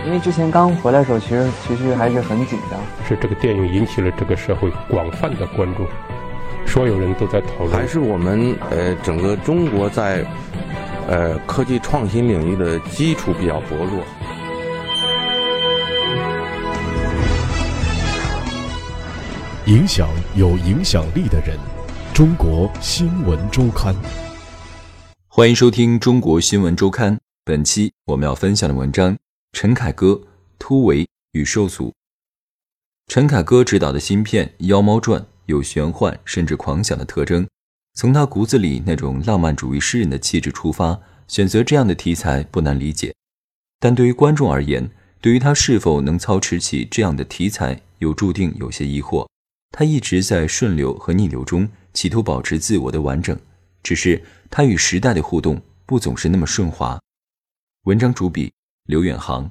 因为之前刚回来的时候，其实还是很紧张。 是这个电影引起了这个社会广泛的关注，所有人都在讨论。 还是我们整个中国在科技创新领域的基础比较薄弱。 影响有影响力的人，中国新闻周刊。 欢迎收听中国新闻周刊。本期我们要分享的文章，陈凯歌突围与受阻。陈凯歌执导的新片《妖猫传》有玄幻甚至狂想的特征，从他骨子里那种浪漫主义诗人的气质出发，选择这样的题材不难理解。但对于观众而言，对于他是否能操持起这样的题材，又注定有些疑惑。他一直在顺流和逆流中企图保持自我的完整，只是他与时代的互动不总是那么顺滑。文章主笔刘远航。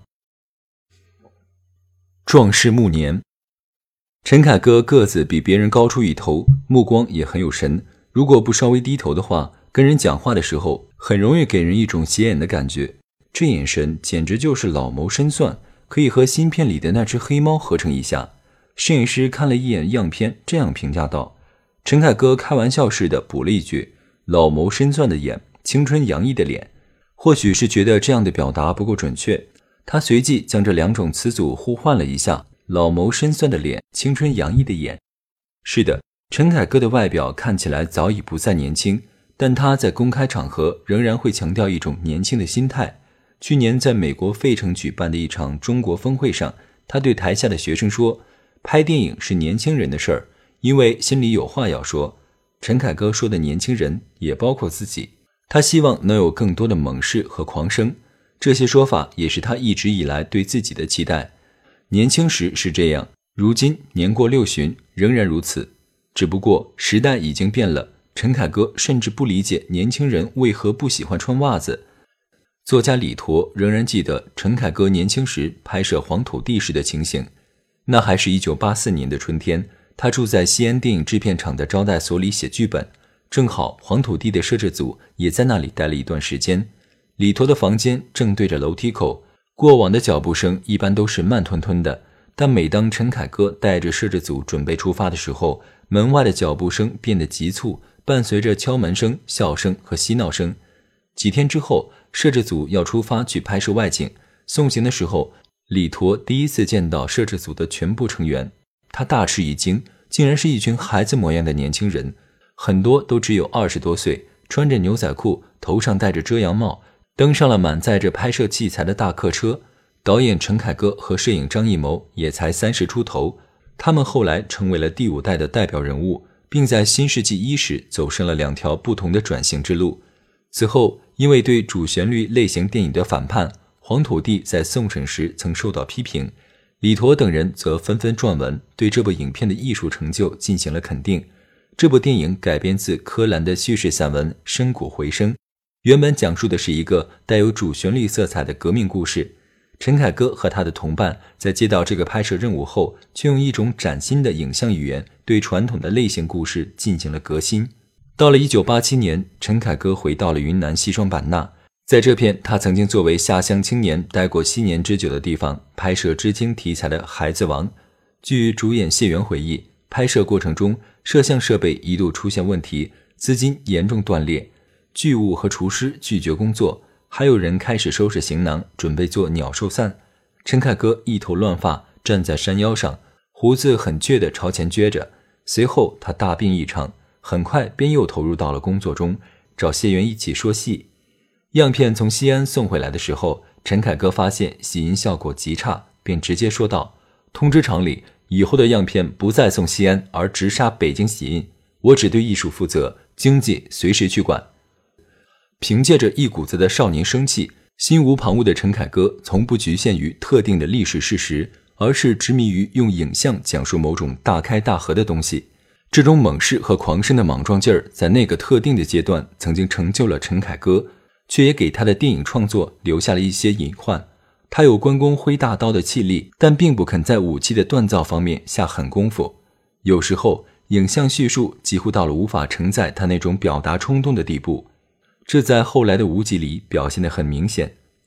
壮士暮年。陈凯歌个子比别人高出一头，目光也很有神，如果不稍微低头的话，跟人讲话的时候很容易给人一种斜眼的感觉，这眼神简直就是老谋深算，可以和新片里的那只黑猫合成一下。摄影师看了一眼样片，这样评价道。陈凯歌开玩笑似的补了一句，老谋深算的眼，青春洋溢的脸。或许是觉得这样的表达不够准确，他随即将这两种词组互换了一下，老谋深算的脸，青春洋溢的眼。是的，陈凯歌的外表看起来早已不再年轻，但他在公开场合仍然会强调一种年轻的心态。去年在美国费城举办的一场中国峰会上，他对台下的学生说，拍电影是年轻人的事儿，因为心里有话要说。陈凯歌说的年轻人也包括自己，他希望能有更多的猛士和狂生，这些说法也是他一直以来对自己的期待。年轻时是这样，如今年过六旬仍然如此，只不过时代已经变了，陈凯歌甚至不理解年轻人为何不喜欢穿袜子。作家李陀仍然记得陈凯歌年轻时拍摄《黄土地》时的情形，那还是1984年的春天，他住在西安电影制片厂的招待所里写剧本，正好黄土地的摄制组也在那里待了一段时间。李陀的房间正对着楼梯口，过往的脚步声一般都是慢吞吞的，但每当陈凯歌带着摄制组准备出发的时候，门外的脚步声变得急促，伴随着敲门声、笑声和嬉闹声。几天之后，摄制组要出发去拍摄外景，送行的时候，李陀第一次见到摄制组的全部成员，他大吃一惊，竟然是一群孩子模样的年轻人，很多都只有20多岁，穿着牛仔裤，头上戴着遮阳帽，登上了满载着拍摄器材的大客车。导演陈凯歌和摄影张艺谋也才30出头，他们后来成为了第5代的代表人物，并在新世纪伊始走上了2条不同的转型之路。此后，因为对主旋律类型电影的反叛，黄土地在送审时曾受到批评，李陀等人则纷纷撰文，对这部影片的艺术成就进行了肯定。这部电影改编自柯蓝的叙事散文《深谷回声》，原本讲述的是一个带有主旋律色彩的革命故事。陈凯歌和他的同伴在接到这个拍摄任务后，却用一种崭新的影像语言对传统的类型故事进行了革新。到了1987年，陈凯歌回到了云南西双版纳，在这片他曾经作为下乡青年待过7年之久的地方，拍摄知青题材的《孩子王》。据主演谢元回忆，拍摄过程中摄像设备一度出现问题，资金严重断裂，剧务和厨师拒绝工作，还有人开始收拾行囊，准备做鸟兽散。陈凯歌一头乱发，站在山腰上，胡子很倔地朝前撅着。随后他大病一场，很快便又投入到了工作中，找谢元一起说戏。样片从西安送回来的时候，陈凯歌发现洗印效果极差，便直接说道，通知厂里以后的样片不再送西安，而直杀北京洗印，我只对艺术负责，经济随时去管。凭借着一股子的少年生气，心无旁骛的陈凯歌从不局限于特定的历史事实，而是执迷于用影像讲述某种大开大合的东西。这种猛士和狂生的莽撞劲儿，在那个特定的阶段曾经成就了陈凯歌，却也给他的电影创作留下了一些隐患。他有关公挥大刀的气力，但并不肯在武器的锻造方面下狠功夫。有时候影像叙述几乎到了无法承载他那种表达冲动的地步，这在后来的无极里表现得很明显。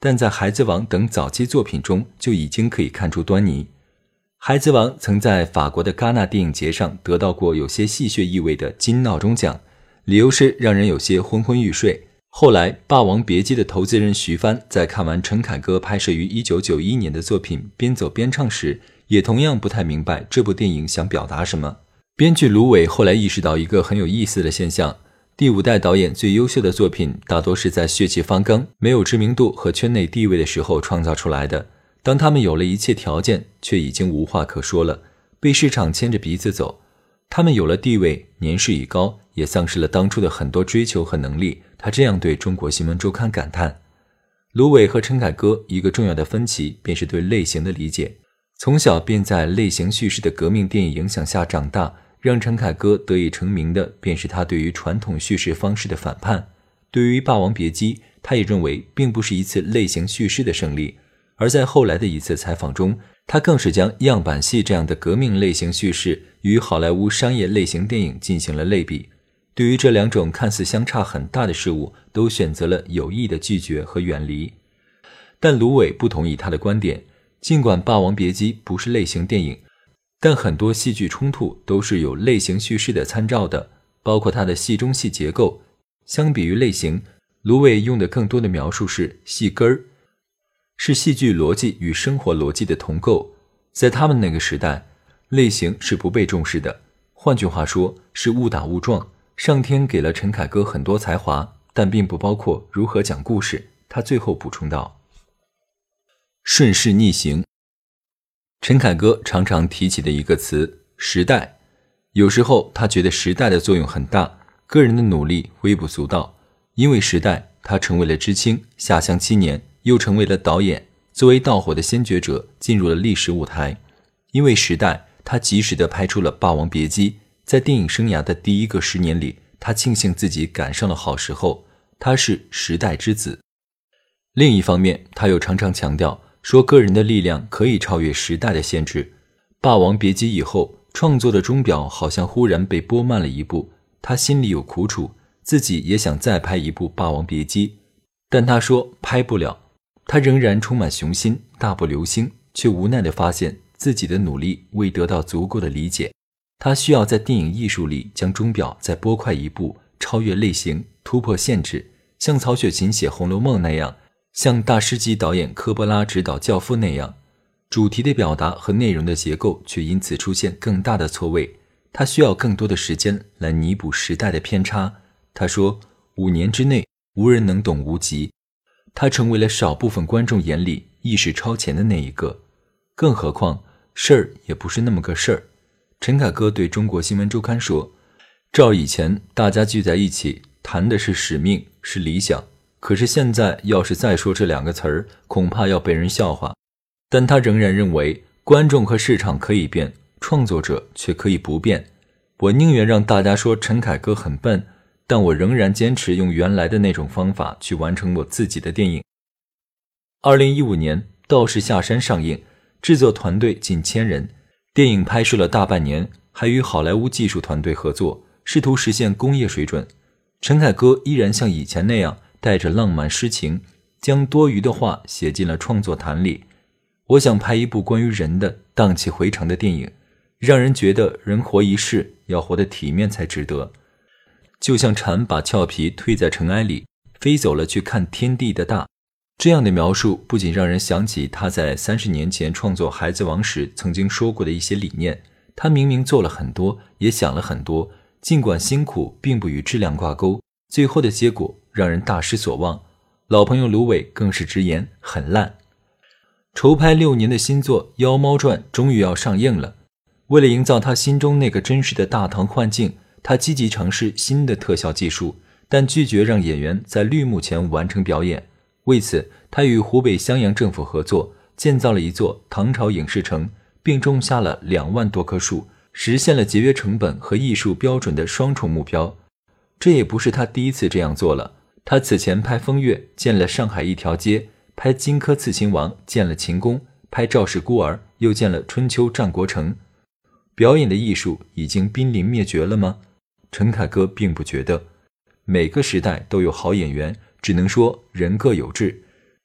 但在《孩子王》等早期作品中就已经可以看出端倪。《孩子王》曾在法国的戛纳电影节上得到过有些戏谑意味的金闹钟奖，理由是让人有些昏昏欲睡。后来《霸王别姬》的投资人徐帆在看完陈凯歌拍摄于1991年的作品《边走边唱》时，也同样不太明白这部电影想表达什么。编剧芦苇后来意识到一个很有意思的现象，第5代导演最优秀的作品大多是在血气方刚、没有知名度和圈内地位的时候创造出来的，当他们有了一切条件，却已经无话可说了，被市场牵着鼻子走。他们有了地位，年事已高，也丧失了当初的很多追求和能力，他这样对中国新闻周刊感叹。芦苇和陈凯歌一个重要的分歧便是对类型的理解，从小便在类型叙事的革命电影影响下长大，让陈凯歌得以成名的便是他对于传统叙事方式的反叛。对于《霸王别姬》，他也认为并不是一次类型叙事的胜利，而在后来的一次采访中，他更是将样板戏这样的革命类型叙事与好莱坞商业类型电影进行了类比。对于这两种看似相差很大的事物，都选择了有意的拒绝和远离。但芦苇不同意他的观点，尽管《霸王别姬》不是类型电影，但很多戏剧冲突都是有类型叙事的参照的，包括它的戏中戏结构。相比于类型，芦苇用的更多的描述是戏根儿，是戏剧逻辑与生活逻辑的同构。在他们那个时代，类型是不被重视的，换句话说是误打误撞。上天给了陈凯歌很多才华，但并不包括如何讲故事。他最后补充道：顺势逆行。陈凯歌常常提起的一个词，时代。有时候他觉得时代的作用很大，个人的努力微不足道。因为时代，他成为了知青，下乡7年，又成为了导演，作为盗火的先觉者进入了历史舞台。因为时代，他及时地拍出了《霸王别姬》。在电影生涯的第一个10年里，他庆幸自己赶上了好时候，他是时代之子。另一方面，他又常常强调说个人的力量可以超越时代的限制。《霸王别姬》以后，创作的钟表好像忽然被拨慢了一步，他心里有苦楚，自己也想再拍一部《霸王别姬》，但他说拍不了。他仍然充满雄心，大步流星，却无奈地发现自己的努力未得到足够的理解。他需要在电影艺术里将钟表再拨快一步，超越类型，突破限制，像曹雪芹写《红楼梦》那样，像大师级导演科波拉执导《教父》那样。主题的表达和内容的结构却因此出现更大的错位，他需要更多的时间来弥补时代的偏差。他说5年之内无人能懂无极，他成为了少部分观众眼里意识超前的那一个。更何况事儿也不是那么个事儿。陈凯歌对中国新闻周刊说，照以前大家聚在一起谈的是使命，是理想，可是现在要是再说这2个词儿，恐怕要被人笑话。但他仍然认为观众和市场可以变，创作者却可以不变。我宁愿让大家说陈凯歌很笨，但我仍然坚持用原来的那种方法去完成我自己的电影。2015年《道士下山》上映，制作团队近1000人，电影拍摄了大半年，还与好莱坞技术团队合作，试图实现工业水准。陈凯歌依然像以前那样带着浪漫诗情，将多余的话写进了创作坛里。我想拍一部关于人的荡气回肠的电影，让人觉得人活一世要活得体面才值得。就像蝉把俏皮推在尘埃里，飞走了去看天地的大。这样的描述不仅让人想起他在30年前创作《孩子王》时曾经说过的一些理念，他明明做了很多，也想了很多，尽管辛苦并不与质量挂钩，最后的结果让人大失所望。老朋友芦苇更是直言很烂。筹拍6年的新作《妖猫传》终于要上映了。为了营造他心中那个真实的大唐幻境，他积极尝试新的特效技术，但拒绝让演员在绿幕前完成表演。为此，他与湖北襄阳政府合作，建造了一座唐朝影视城，并种下了2万多棵树，实现了节约成本和艺术标准的双重目标。这也不是他第一次这样做了，他此前拍《风月》建了上海一条街，拍《荆轲刺秦王》建了秦宫，拍《赵氏孤儿》又建了春秋战国城。表演的艺术已经濒临灭绝了吗？陈凯歌并不觉得。每个时代都有好演员，只能说人各有志。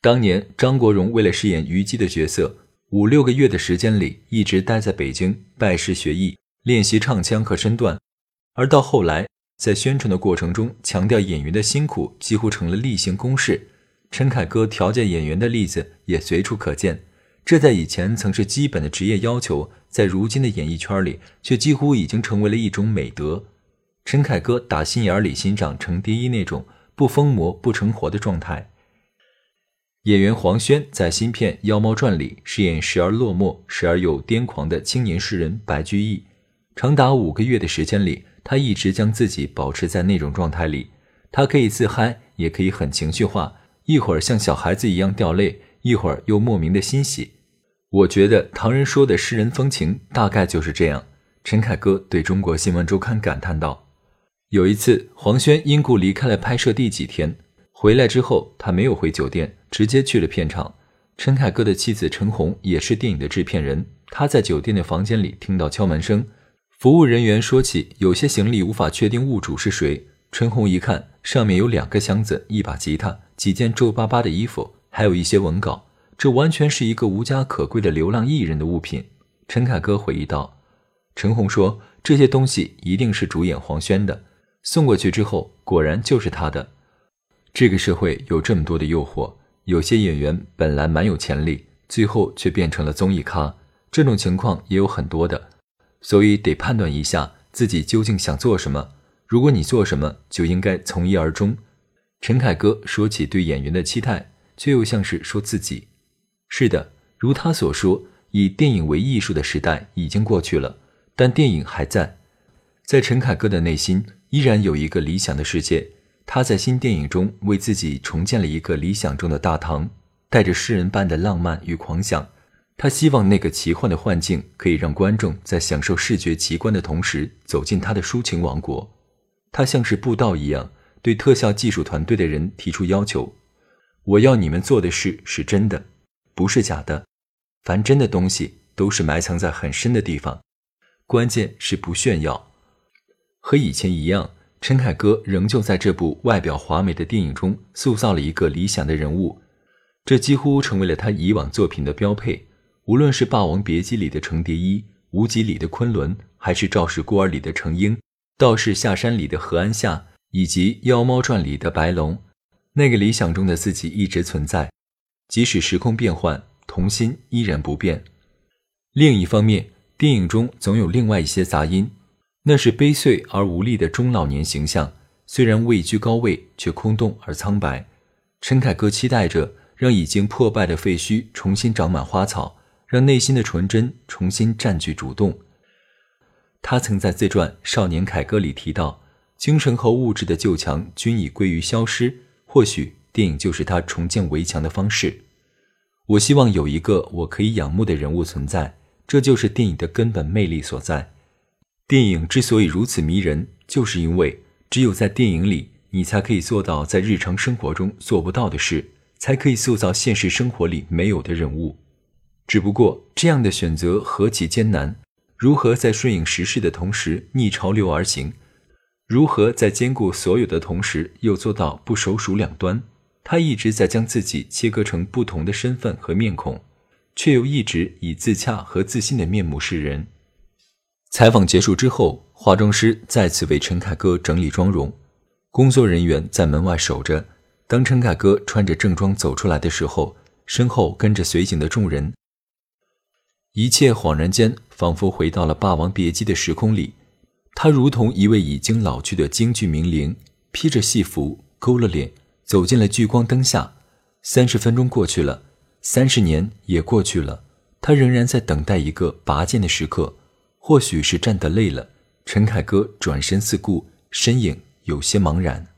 当年张国荣为了饰演虞姬的角色，5、6个月的时间里一直待在北京拜师学艺，练习唱腔和身段，而到后来在宣传的过程中强调演员的辛苦几乎成了例行公事。陈凯歌调教演员的例子也随处可见，这在以前曾是基本的职业要求，在如今的演艺圈里却几乎已经成为了一种美德。陈凯歌打心眼里欣赏程蝶衣那种不疯魔不成活的状态。演员黄轩在新片《妖猫传》里饰演时而落寞时而又癫狂的青年诗人白居易，长达5个月的时间里，他一直将自己保持在那种状态里。他可以自嗨，也可以很情绪化，一会儿像小孩子一样掉泪，一会儿又莫名的欣喜。我觉得唐人说的诗人风情大概就是这样。陈凯歌对中国新闻周刊感叹道。有一次，黄轩因故离开了拍摄地几天，回来之后他没有回酒店，直接去了片场。陈凯歌的妻子陈红也是电影的制片人，她在酒店的房间里听到敲门声，服务人员说起有些行李无法确定物主是谁。陈红一看，上面有2个箱子、1把吉他、几件皱巴巴的衣服，还有一些文稿，这完全是一个无家可归的流浪艺人的物品。陈凯歌回忆道。陈红说这些东西一定是主演黄轩的，送过去之后果然就是他的。这个社会有这么多的诱惑，有些演员本来蛮有潜力，最后却变成了综艺咖，这种情况也有很多的，所以得判断一下自己究竟想做什么，如果你做什么就应该从一而终。陈凯歌说起对演员的期待，却又像是说自己。是的，如他所说，以电影为艺术的时代已经过去了，但电影还在。在陈凯歌的内心依然有一个理想的世界，他在新电影中为自己重建了一个理想中的大唐，带着诗人般的浪漫与狂想。他希望那个奇幻的幻境可以让观众在享受视觉奇观的同时走进他的抒情王国。他像是布道一样，对特效技术团队的人提出要求，我要你们做的事是真的，不是假的，凡真的东西都是埋藏在很深的地方，关键是不炫耀。和以前一样，陈凯歌仍旧在这部外表华美的电影中塑造了一个理想的人物，这几乎成为了他以往作品的标配。无论是《霸王别姬》里的程蝶衣，《无极》里的昆仑，还是《赵氏孤儿》里的程婴，《道士下山》里的何安夏，以及《妖猫传》里的白龙，那个理想中的自己一直存在，即使时空变换，童心依然不变。另一方面，电影中总有另外一些杂音，那是悲碎而无力的中老年形象，虽然位居高位，却空洞而苍白。陈凯歌期待着让已经破败的废墟重新长满花草，让内心的纯真重新占据主动。他曾在自传《少年凯歌》里提到，精神和物质的旧墙均已归于消失，或许电影就是他重建围墙的方式。我希望有一个我可以仰慕的人物存在，这就是电影的根本魅力所在。电影之所以如此迷人，就是因为只有在电影里，你才可以做到在日常生活中做不到的事，才可以塑造现实生活里没有的人物。只不过这样的选择何其艰难，如何在顺应时势的同时逆潮流而行，如何在兼顾所有的同时又做到不首鼠两端。他一直在将自己切割成不同的身份和面孔，却又一直以自洽和自信的面目示人。采访结束之后，化妆师再次为陈凯歌整理妆容，工作人员在门外守着。当陈凯歌穿着正装走出来的时候，身后跟着随行的众人。一切恍然间仿佛回到了《霸王别姬》的时空里，他如同一位已经老去的京剧名伶，披着戏服，勾了脸，走进了聚光灯下。30分钟过去了，30年也过去了，他仍然在等待一个拔剑的时刻。或许是站得累了，陈凯歌转身四顾，身影有些茫然。